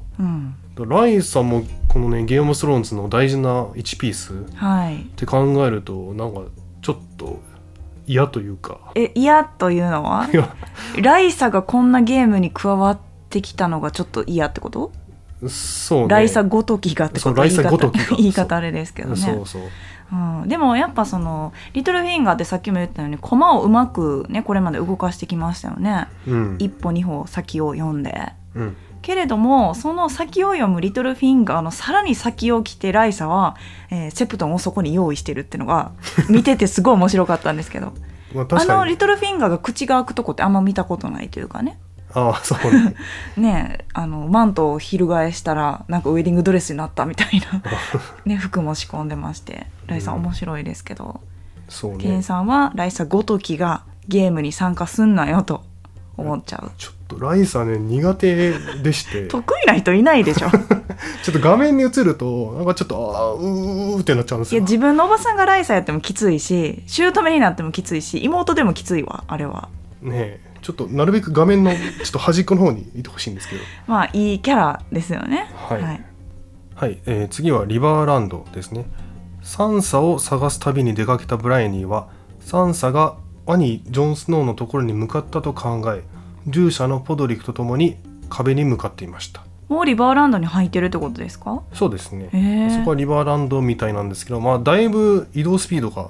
ライサもこのねゲームオブスローンズの大事な1ピースって考えるとちょっと嫌というか。 嫌というのはライサがこんなゲームに加わってきたのがちょっと嫌ってこと？ そうね、 ライサごときがってこと。 ライサごときが言い方あれですけどね。でもやっぱそのリトルフィンガーってさっきも言ったように駒をうまくねこれまで動かしてきましたよね。一歩二歩先を読んで、けれどもその先を読むリトルフィンガーのさらに先を来てライサは、セプトンをそこに用意してるっていうのが見ててすごい面白かったんですけどリトルフィンガーが口が開くとこってあんま見たことないというかね。 そうねマントを翻したらウェディングドレスになったみたいな、服も仕込んでまして、ライサ面白いですけど、ケンさんはライサごときがゲームに参加すんなよと思っちゃう。 ちょっとライサね苦手でして得意な人いないでしょちょっと画面に映るとちょっとうーってなっちゃうんですよ。 いや自分のおばさんがライサやってもきついし、姑になってもきついし、妹でもきついわあれはね。 ちょっとなるべく画面のちょっと端っこの方にいてほしいんですけどいいキャラですよね。 次はリバーランドですね。サンサを探す旅に出かけたブライニーはサンサが兄ジョン・スノーのところに向かったと考え、従者のポドリックとともに壁に向かっていました。 もうリバーランドに入ってるってことですか？ そうですね、そこはリバーランドみたいなんですけど、だいぶ移動スピードが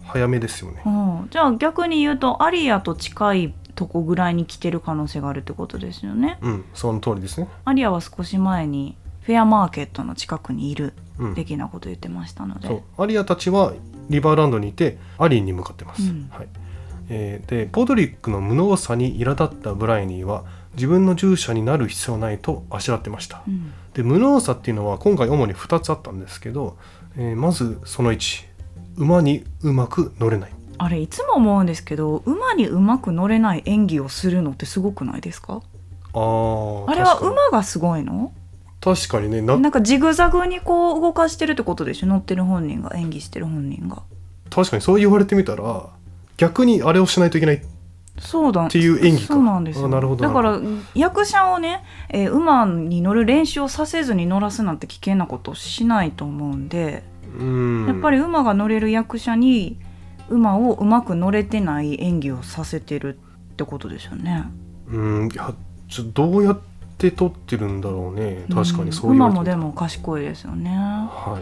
早めですよね。 じゃあ逆に言うとアリアと近いとこぐらいに来てる可能性があるってことですよね。 その通りですね。 アリアは少し前にフェアマーケットの近くにいる的なことを言ってましたので、 そうアリアたちはリバーランドにいてアリーに向かってます、はい。でポドリックの無能さに苛立ったブライニーは自分の従者になる必要ないとあしらってました、で無能さっていうのは今回主に2つあったんですけど、まずその1、馬にうまく乗れない。 あれいつも思うんですけど、馬にうまく乗れない演技をするのってすごくないですか？あれは馬がすごいの？ 確かにね。 なんかジグザグにこう動かしてるってことでしょ、乗ってる本人が、演技してる本人が。 確かにそう言われてみたら逆にあれをしないといけないっていう演技か。 そうなんですよ。 なるほど。 だから役者をね、馬に乗る練習をさせずに乗らすなんて危険なことをしないと思うんで、やっぱり馬が乗れる役者に馬をうまく乗れてない演技をさせてるってことですよね。 いやどうやって撮ってるんだろうね。確かにそういう馬もでも賢いですよね。 はい。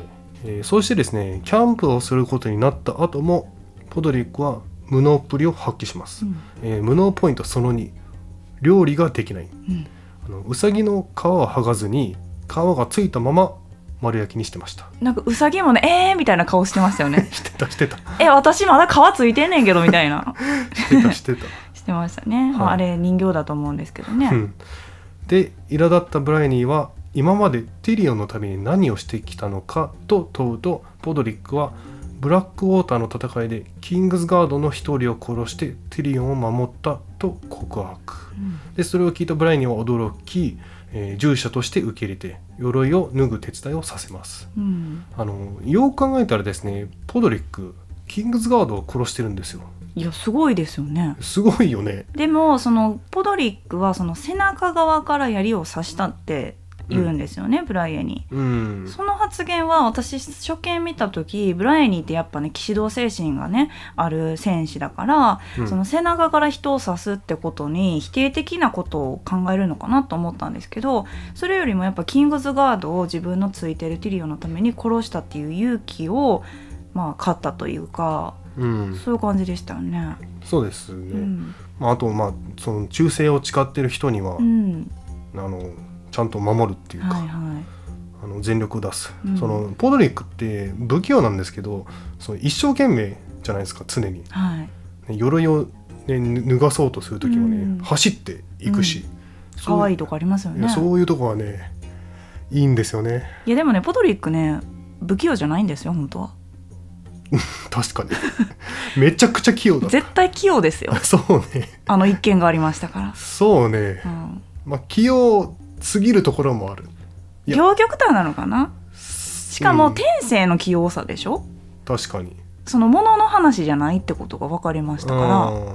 そしてですね、キャンプをすることになった後もポドリックは無能っぷりを発揮します、無能ポイントその2、料理ができない、うさぎの皮を剥がずに皮がついたまま丸焼きにしてました。 なんかうさぎもねみたいな顔してましたよねしてた私まだ皮ついてんねんけどみたいなしてたしてましたね、 はい。 あれ人形だと思うんですけどね、 で苛立ったブライニーは今までティリオンのために何をしてきたのかと問うと、ポドリックはブラックウォーターの戦いでキングズガードの一人を殺してティリオンを守ったと告白、でそれを聞いたブライニーは驚き、従者として受け入れて鎧を脱ぐ手伝いをさせます、よく考えたらですね、ポドリックキングズガードを殺してるんですよ。 いやすごいですよね。 すごいよね。でもそのポドリックはその背中側から槍を刺したって言うんですよね、ブライエに、その発言は私初見見た時、ブライエニーってやっぱね騎士道精神がねある戦士だから、その背中から人を刺すってことに否定的なことを考えるのかなと思ったんですけど、それよりもやっぱキングズガードを自分のついてるティリオンのために殺したっていう勇気を買ったというか、そういう感じでしたよね。 そうですね、あとその忠誠を誓ってる人には、ちゃんと守るっていうか、全力を出す、そのポドリックって不器用なんですけど、その一生懸命じゃないですか常に、鎧を、脱がそうとする時もね、走っていくし、 可愛いとこありますよね。 そういうとこはねいいんですよね。 いやでもねポドリックね不器用じゃないんですよ本当は確かにめちゃくちゃ器用だった。 絶対器用ですよそうね、 一件がありましたから。 そうね、器用すぎるところもある。 両極端なのかな。しかも天性の器用さでしょ。 確かにそのものの話じゃないってことが分かりましたから、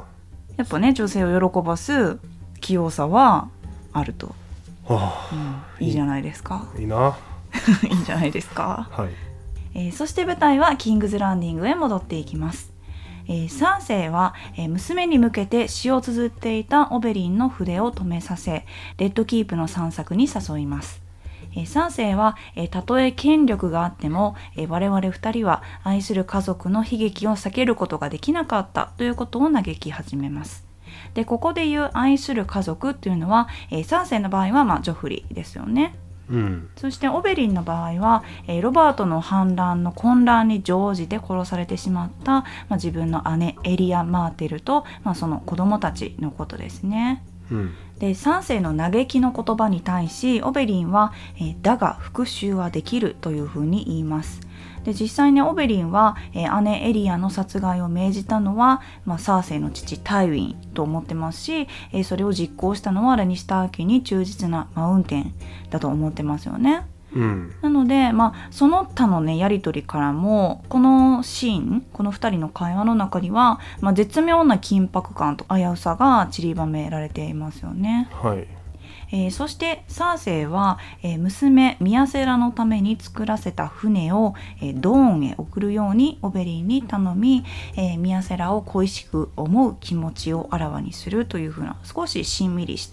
やっぱね女性を喜ばす器用さはあると、いいじゃないですか。 いいないいんじゃないですか。そして舞台はキングズランディングへ戻っていきます。サンセイは、娘に向けて詩を綴っていたオベリンの筆を止めさせ、レッドキープの散策に誘います。サンセイは、たとえ権力があっても、我々二人は愛する家族の悲劇を避けることができなかったということを嘆き始めます。でここで言う愛する家族っていうのは、サンセイの場合は、ジョフリーですよね。そしてオベリンの場合は、ロバートの反乱の混乱に乗じて殺されてしまった、自分の姉エリア・マーテルと、その子供たちのことですね。で3世の嘆きの言葉に対しオベリンは、だが復讐はできるというふうに言います。で実際にオベリンは、姉エリアの殺害を命じたのは、サーセイの父タイウィンと思ってますし、それを実行したのはラニスター家に忠実なマウンテンだと思ってますよね。なので、その他のねやり取りからもこのシーン、この2人の会話の中には、絶妙な緊迫感と危うさが散りばめられていますよね。そしてサーセイは、娘ミヤセラのために作らせた船を、ドーンへ送るようにオベリンに頼み、ミヤセラを恋しく思う気持ちをあらわにするというふうな少ししんみりした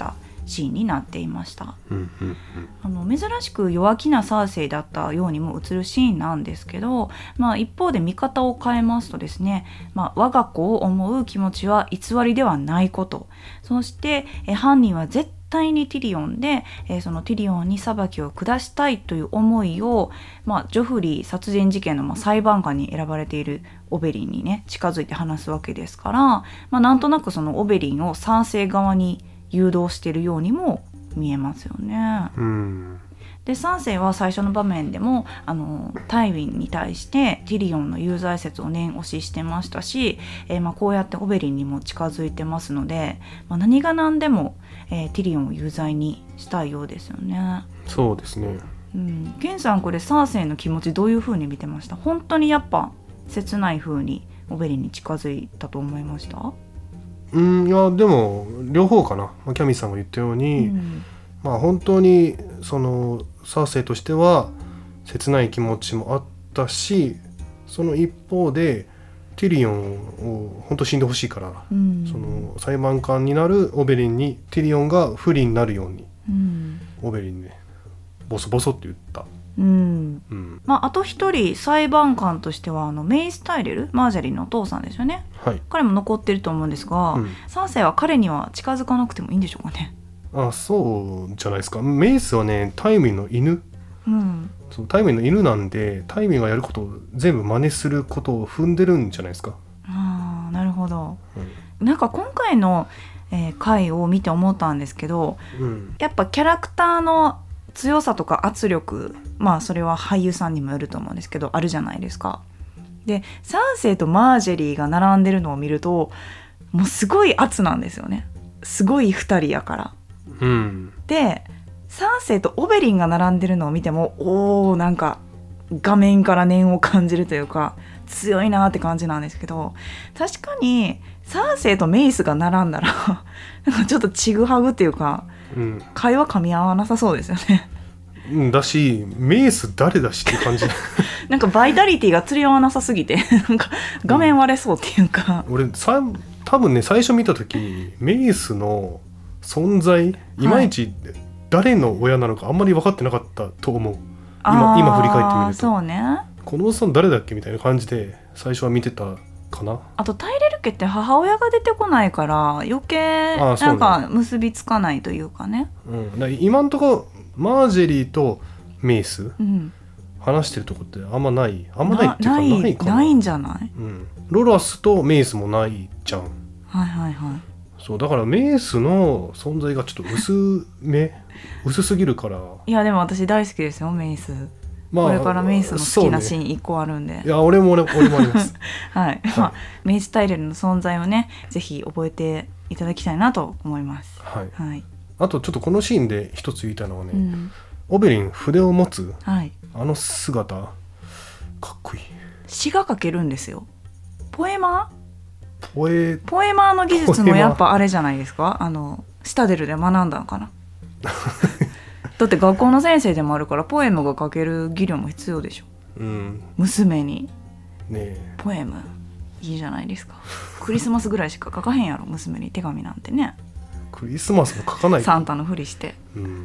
シーンになっていました。 うんうんうん、 珍しく弱気なサーセイだったようにも映るシーンなんですけど、一方で見方を変えますとですね、我が子を思う気持ちは偽りではないこと、そして犯人は絶対にティリオンで、そのティリオンに裁きを下したいという思いを、ジョフリー殺人事件の裁判官に選ばれているオベリンにね近づいて話すわけですから、なんとなくそのオベリンを賛成側に誘導しているようにも見えますよね。でサンセイは最初の場面でもタイウィンに対してティリオンの有罪説を念押ししてましたし、こうやってオベリンにも近づいてますので、何が何でも、ティリオンを有罪にしたいようですよね。 そうですね。 ケンさんこれサーセイの気持ちどういう風に見てました？本当にやっぱ切ない風にオベリンに近づいたと思いました？ いやでも両方かな。キャミさんが言ったように、本当にそのサーセイとしては切ない気持ちもあったし、その一方でティリオンを本当死んでほしいから、その裁判官になるオベリンにティリオンが不利になるように、オベリンねボソボソって言った。 あと一人裁判官としてはメイスタイレル、マージャリーのお父さんですよね、彼も残ってると思うんですが、サンセイは彼には近づかなくてもいいんでしょうかね。 そうじゃないですか。メイスはねタイミンの犬、そうタイミンの犬なんで、タイミンがやることを全部真似することを踏んでるんじゃないですか。 なるほど、なんか今回の、回を見て思ったんですけど、やっぱキャラクターの強さとか圧力、それは俳優さんにもよると思うんですけどあるじゃないですか。でサンセイとマージェリーが並んでるのを見るともうすごい圧なんですよね。すごい2人やから、でサンセイとオベリンが並んでるのを見てもなんか画面から念を感じるというか強いなって感じなんですけど、確かにサンセイとメイスが並んだらなんかちょっとちぐはぐっていうか、会話噛み合わなさそうですよね。 だしメイス誰だしっていう感じなんかバイタリティが釣り合わなさすぎてなんか画面割れそうっていうか、 俺多分ね最初見た時メイスの存在いまいち誰の親なのかあんまり分かってなかったと思う。今振り返ってみるとそうね、 このおっさん誰だっけみたいな感じで最初は見てたかな。 あとタイレル家って母親が出てこないから余計なんか結びつかないというかね。 今んとこマージェリーとメイス、話してるとこってあんまないっていうかないかな。 ないんじゃない、 ロラスとメイスもないじゃん。そうだからメイスの存在がちょっと薄すぎるから。 いやでも私大好きですよメイス。これからメイスの好きなシーン1個あるんで、 いや俺もありますメイスタイレルの存在をねぜひ覚えていただきたいなと思います。 あとちょっとこのシーンで一つ言いたいのはね、オベリン筆を持つ、あの姿かっこいい。 詩が書けるんですよ。ポエマーの技術もやっぱあれじゃないですか。シタデルで学んだのかなだって学校の先生でもあるからポエムが書ける技量も必要でしょ、娘にポエムいいじゃないですか。クリスマスぐらいしか書かへんやろ娘に手紙なんてね。 クリスマスも書かないサンタのふりして、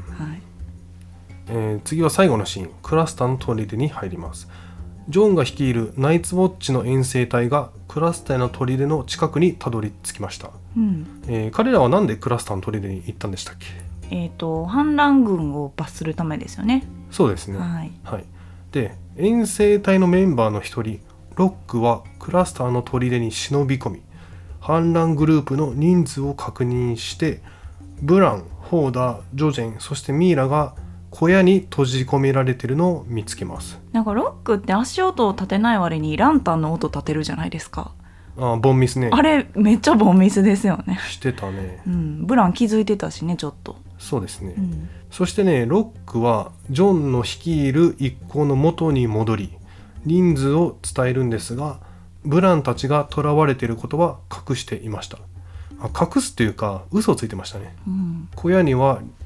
次は最後のシーン、クラスターの砦に入ります。ジョンが率いるナイツウォッチの遠征隊がクラスターの砦の近くにたどり着きました。彼らはなんでクラスターの砦に行ったんでしたっけ？ 反乱軍を罰するためですよね。 そうですね。で遠征隊のメンバーの一人ロックはクラスターの砦に忍び込み、反乱グループの人数を確認してブラン、ホーダー、ジョジェン、そしてミイラが小屋に閉じ込められてるのを見つけます。 なんかロックって足音を立てない割にランタンの音立てるじゃないですか。 ボンミスね。 あれめっちゃボンミスですよね。 してたね。 ブラン気づいてたしねちょっと。 そうですね。そしてねロックはジョンの率いる一行の元に戻り人数を伝えるんですが、ブランたちが囚われていることは隠していました。隠すっていうか嘘をついてましたね。小屋には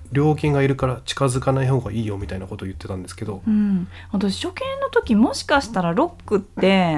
猟犬がいるから近づかない方がいいよみたいなことを言ってたんですけど、 私初見の時もしかしたらロックって、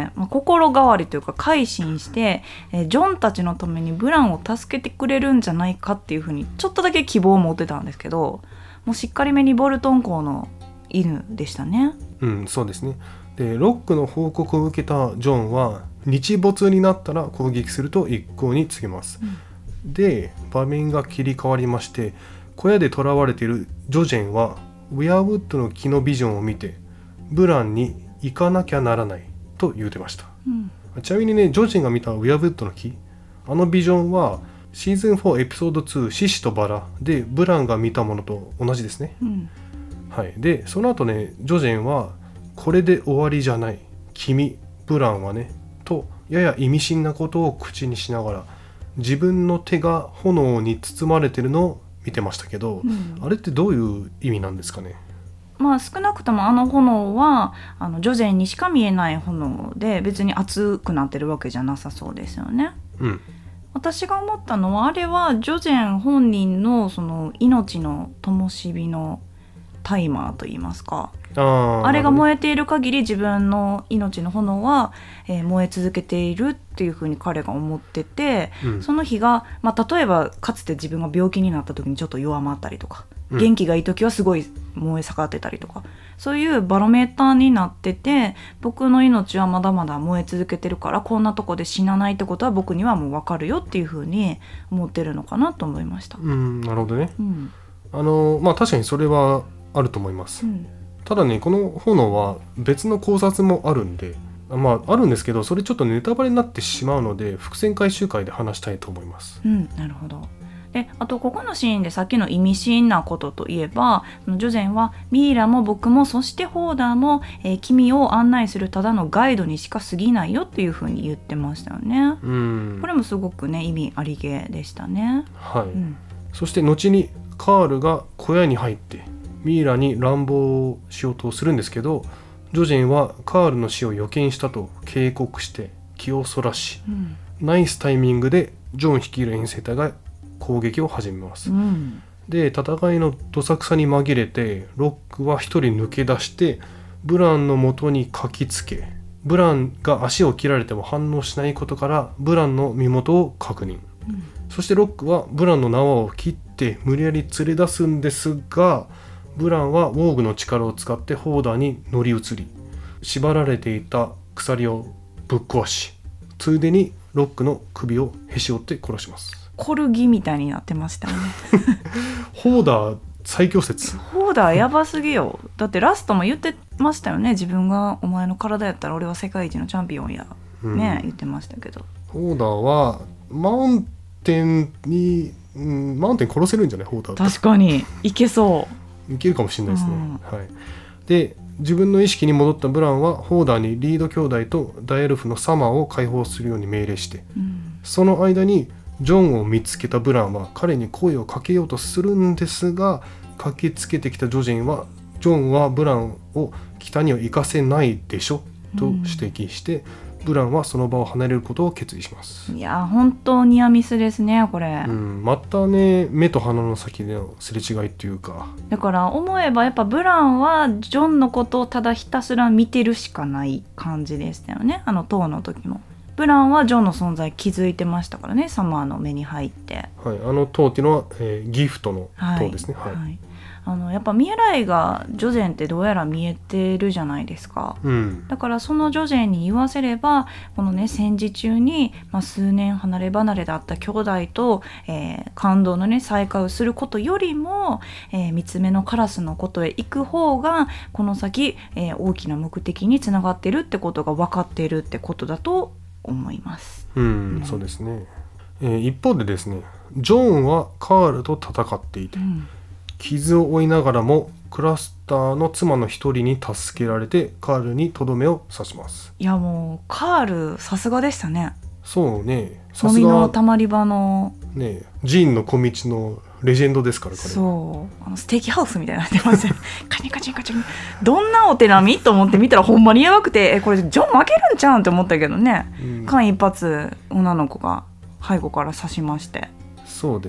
心変わりというか改心して、ジョンたちのためにブランを助けてくれるんじゃないかっていうふうにちょっとだけ希望を持ってたんですけど、もうしっかりめにボルトン校の犬でしたね。 そうですね。でロックの報告を受けたジョンは日没になったら攻撃すると一向に告げます。で場面が切り替わりまして、小屋で囚われているジョジェンはウェアウッドの木のビジョンを見てブランに行かなきゃならないと言うてました。ちなみにね、ジョジェンが見たウェアウッドの木、あのビジョンはシーズン4エピソード2獅子とバラでブランが見たものと同じですね。でその後ね、ジョジェンはこれで終わりじゃない君ブランはねとやや意味深なことを口にしながら自分の手が炎に包まれてるのを見てましたけど、あれってどういう意味なんですかね。 少なくともあの炎はジョジェンにしか見えない炎で別に熱くなってるわけじゃなさそうですよね。私が思ったのはあれはジョジェン本人のその命の灯火のタイマーといいますか、あれが燃えている限り自分の命の炎は、燃え続けているっていうふうに彼が思ってて、その日が、例えばかつて自分が病気になった時にちょっと弱まったりとか、元気がいい時はすごい燃え盛ってたりとか、そういうバロメーターになってて、僕の命はまだまだ燃え続けてるからこんなとこで死なないってことは僕にはもう分かるよっていうふうに思ってるのかなと思いました。 なるほどね。確かにそれはあると思います。ただね、この炎は別の考察もあるんで、あるんですけど、それちょっとネタバレになってしまうので伏線回収会で話したいと思います。 なるほど。であとここのシーンでさっきの意味深なことといえば、ジョゼンはミイラも僕もそしてホーダーも、君を案内するただのガイドにしか過ぎないよっていうふうに言ってましたよね。これもすごくね意味ありげでしたね。そして後にカールが小屋に入ってミイラに乱暴しようとするんですけど、ジョジェンはカールの死を予見したと警告して気をそらし、ナイスタイミングでジョン率いる遠征隊が攻撃を始めます。で戦いのどさくさに紛れてロックは一人抜け出してブランの元に駆けつけ、ブランが足を切られても反応しないことからブランの身元を確認、そしてロックはブランの縄を切って無理やり連れ出すんですが、ブランはウォーグの力を使ってホーダーに乗り移り縛られていた鎖をぶっ壊し、ついでにロックの首をへし折って殺します。 コルギみたいになってましたよねホーダー最強説。 ホーダーやばすぎよ。だってラストも言ってましたよね。自分がお前の体やったら俺は世界一のチャンピオンや、言ってましたけど、 ホーダーはマウンテン殺せるんじゃない？ホーダー確かにいけそういけるかもしれないですね。で自分の意識に戻ったブランはホーダーにリード兄弟と大エルフのサマーを解放するように命令して、その間にジョンを見つけたブランは彼に声をかけようとするんですが、駆けつけてきたジョンはブランを北には行かせないでしょと指摘して、ブランはその場を離れることを決意します。 いや本当ニアミスですねこれ。 またね、目と鼻の先でのすれ違いっていうか、 だから思えばやっぱブランはジョンのことをただひたすら見てるしかない感じでしたよね。塔の時もブランはジョンの存在気づいてましたからね、サマーの目に入って。 塔っていうのは、ギフトの塔ですね。 やっぱ未来がジョゼンってどうやら見えてるじゃないですか。だからそのジョゼンに言わせればこのね戦時中に、数年離れ離れだった兄弟と、感動のね再会をすることよりも、三つ目のカラスのことへ行く方がこの先、大きな目的につながってるってことが分かっているってことだと思います。 そうですね。一方でですね、ジョンはカールと戦っていて、傷を負いながらもクラスターの妻の一人に助けられてカールにとどめを刺します。 いやもうカールさすがでしたね。 そうね、 さすがのたまり場のね、ジーンの小道のレジェンドですから。 そうステーキハウスみたいになってますよカチンカチンカチン、どんなお手並みと思って見たらほんまにやばくて、これジョン負けるんちゃうんって思ったけどね、間一髪女の子が背後から刺しまして。 そうですね。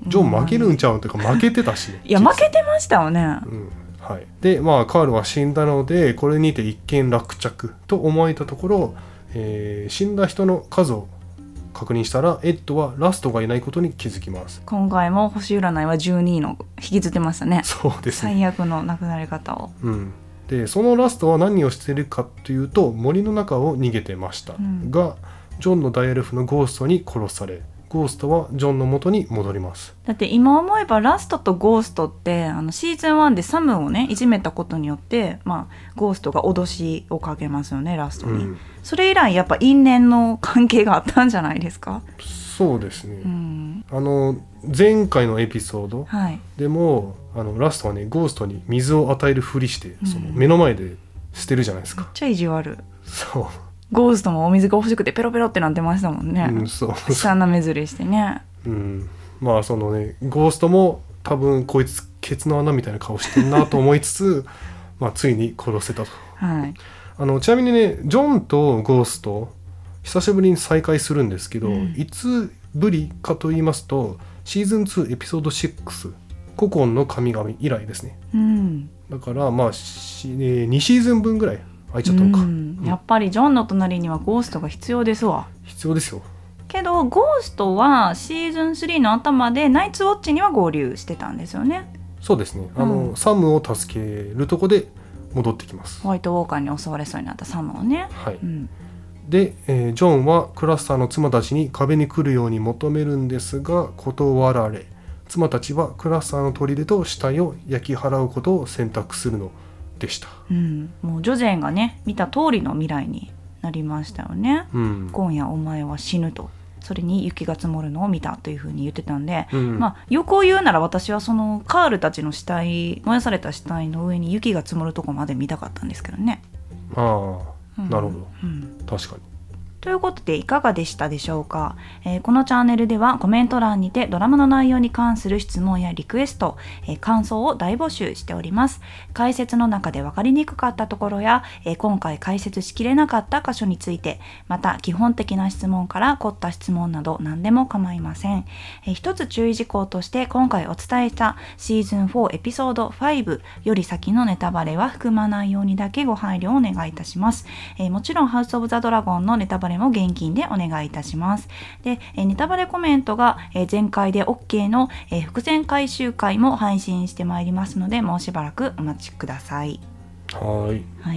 ジョン負けるんちゃうんというか負けてたしねいや負けてましたよね、 はい、でカールは死んだのでこれにて一件落着と思えたところ、死んだ人の数を確認したらエッドはラストがいないことに気づきます。 今回も星占いは12の引きずってましたね。 そうですね、 最悪の亡くなり方を、 でそのラストは何をしているかというと森の中を逃げてました、がジョンの大エルフのゴーストに殺されゴーストはジョンの元に戻ります。 だって今思えばラストとゴーストってシーズン1でサムをねいじめたことによって、ゴーストが脅しをかけますよねラストに、それ以来やっぱ因縁の関係があったんじゃないですか。 そうですね、前回のエピソードでも、ラストはねゴーストに水を与えるふりして、その目の前で捨てるじゃないですか。 めっちゃ意地悪。 そうゴーストもお水が欲しくてペロペロってなってましたもんね、 そう下なめずりしてね、 そのねゴーストも多分こいつケツの穴みたいな顔してんなと思いつつついに殺せたと、ちなみにねジョンとゴースト久しぶりに再会するんですけど、いつぶりかと言いますとシーズン2エピソード6古今の神々以来ですね、だから2シーズン分ぐらい空いちゃったのか、 やっぱりジョンの隣にはゴーストが必要ですわ。 必要ですよ。 けどゴーストはシーズン3の頭でナイツウォッチには合流してたんですよね。 そうですね、サムを助けるとこで戻ってきます。 ホワイトウォーカーに襲われそうになったサムをね、 で、ジョンはクラスターの妻たちに壁に来るように求めるんですが断られ、妻たちはクラスターの砦と死体を焼き払うことを選択するのでした、 もうジョゼンがね見た通りの未来になりましたよね、今夜お前は死ぬと、それに雪が積もるのを見たというふうに言ってたんで、横を言うなら私はそのカールたちの死体、燃やされた死体の上に雪が積もるとこまで見たかったんですけどね。 なるほど、確かに。 ということでいかがでしたでしょうか。このチャンネルではコメント欄にてドラマの内容に関する質問やリクエスト、感想を大募集しております。解説の中で分かりにくかったところや、今回解説しきれなかった箇所について、また基本的な質問から凝った質問など何でも構いません。一つ注意事項として今回お伝えしたシーズン4エピソード5より先のネタバレは含まないようにだけご配慮をお願いいたします。もちろんハウスオブザドラゴンのネタバレも現金でお願いいたします。で、ネタバレコメントが全開で OK の伏線回収会も配信してまいりますので、もうしばらくお待ちください。はい、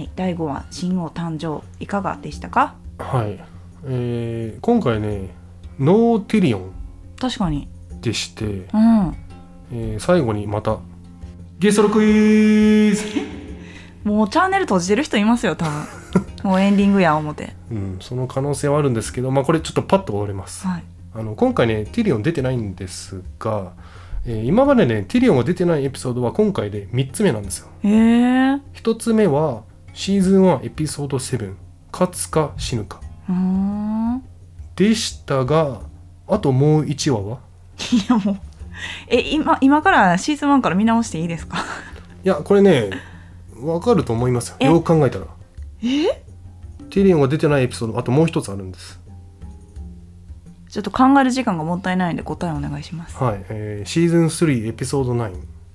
第5話新王誕生いかがでしたか。 今回ねノーティリオン確かにでして、最後にまたゲストのクイズもうチャンネル閉じてる人いますよ多分もうエンディングや思ってその可能性はあるんですけど、これちょっとパッと終わります、今回ねティリオン出てないんですが、今までねティリオンが出てないエピソードは今回で3つ目なんですよ。1つ目はシーズン1エピソード7勝つか死ぬかでしたが、あともう1話はいやもう今からシーズン1から見直していいですか。 いやこれね分かると思いますよ、よく考えたら。ティリオンが出てないエピソードあともう一つあるんです。 ちょっと考える時間がもったいないので答えお願いします。 シーズン3エピソード9。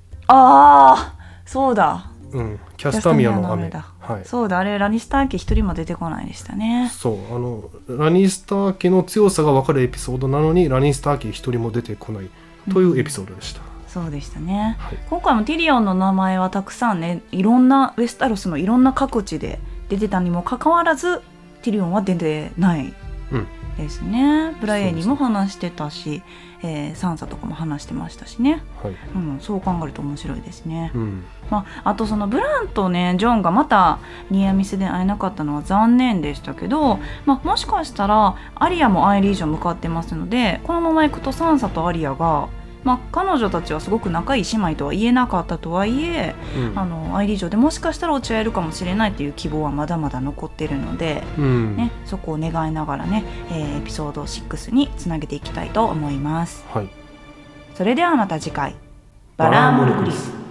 そうだ、 キャスタミアの雨だ、そうだ、あれラニスター家一人も出てこないでしたね。 そうラニスター家の強さが分かるエピソードなのにラニスター家一人も出てこないというエピソードでした。 そうでしたね、今回もティリオンの名前はたくさんね、いろんなウェスタロスのいろんな各地で出てたにもかかわらずティリオンは出てないですね。ブライエンにも話してたし、サンサとかも話してましたしね、そう考えると面白いですね、あとそのブランとねジョンがまたニアミスで会えなかったのは残念でしたけど、もしかしたらアリアもアイリージョ向かってますので、このままいくとサンサとアリアが彼女たちはすごく仲いい姉妹とは言えなかったとはいえ、アイリー城でもしかしたら落ち合えるかもしれないという希望はまだまだ残っているので、そこを願いながらね、エピソード6につなげていきたいと思います、それではまた次回バラーモルグリス。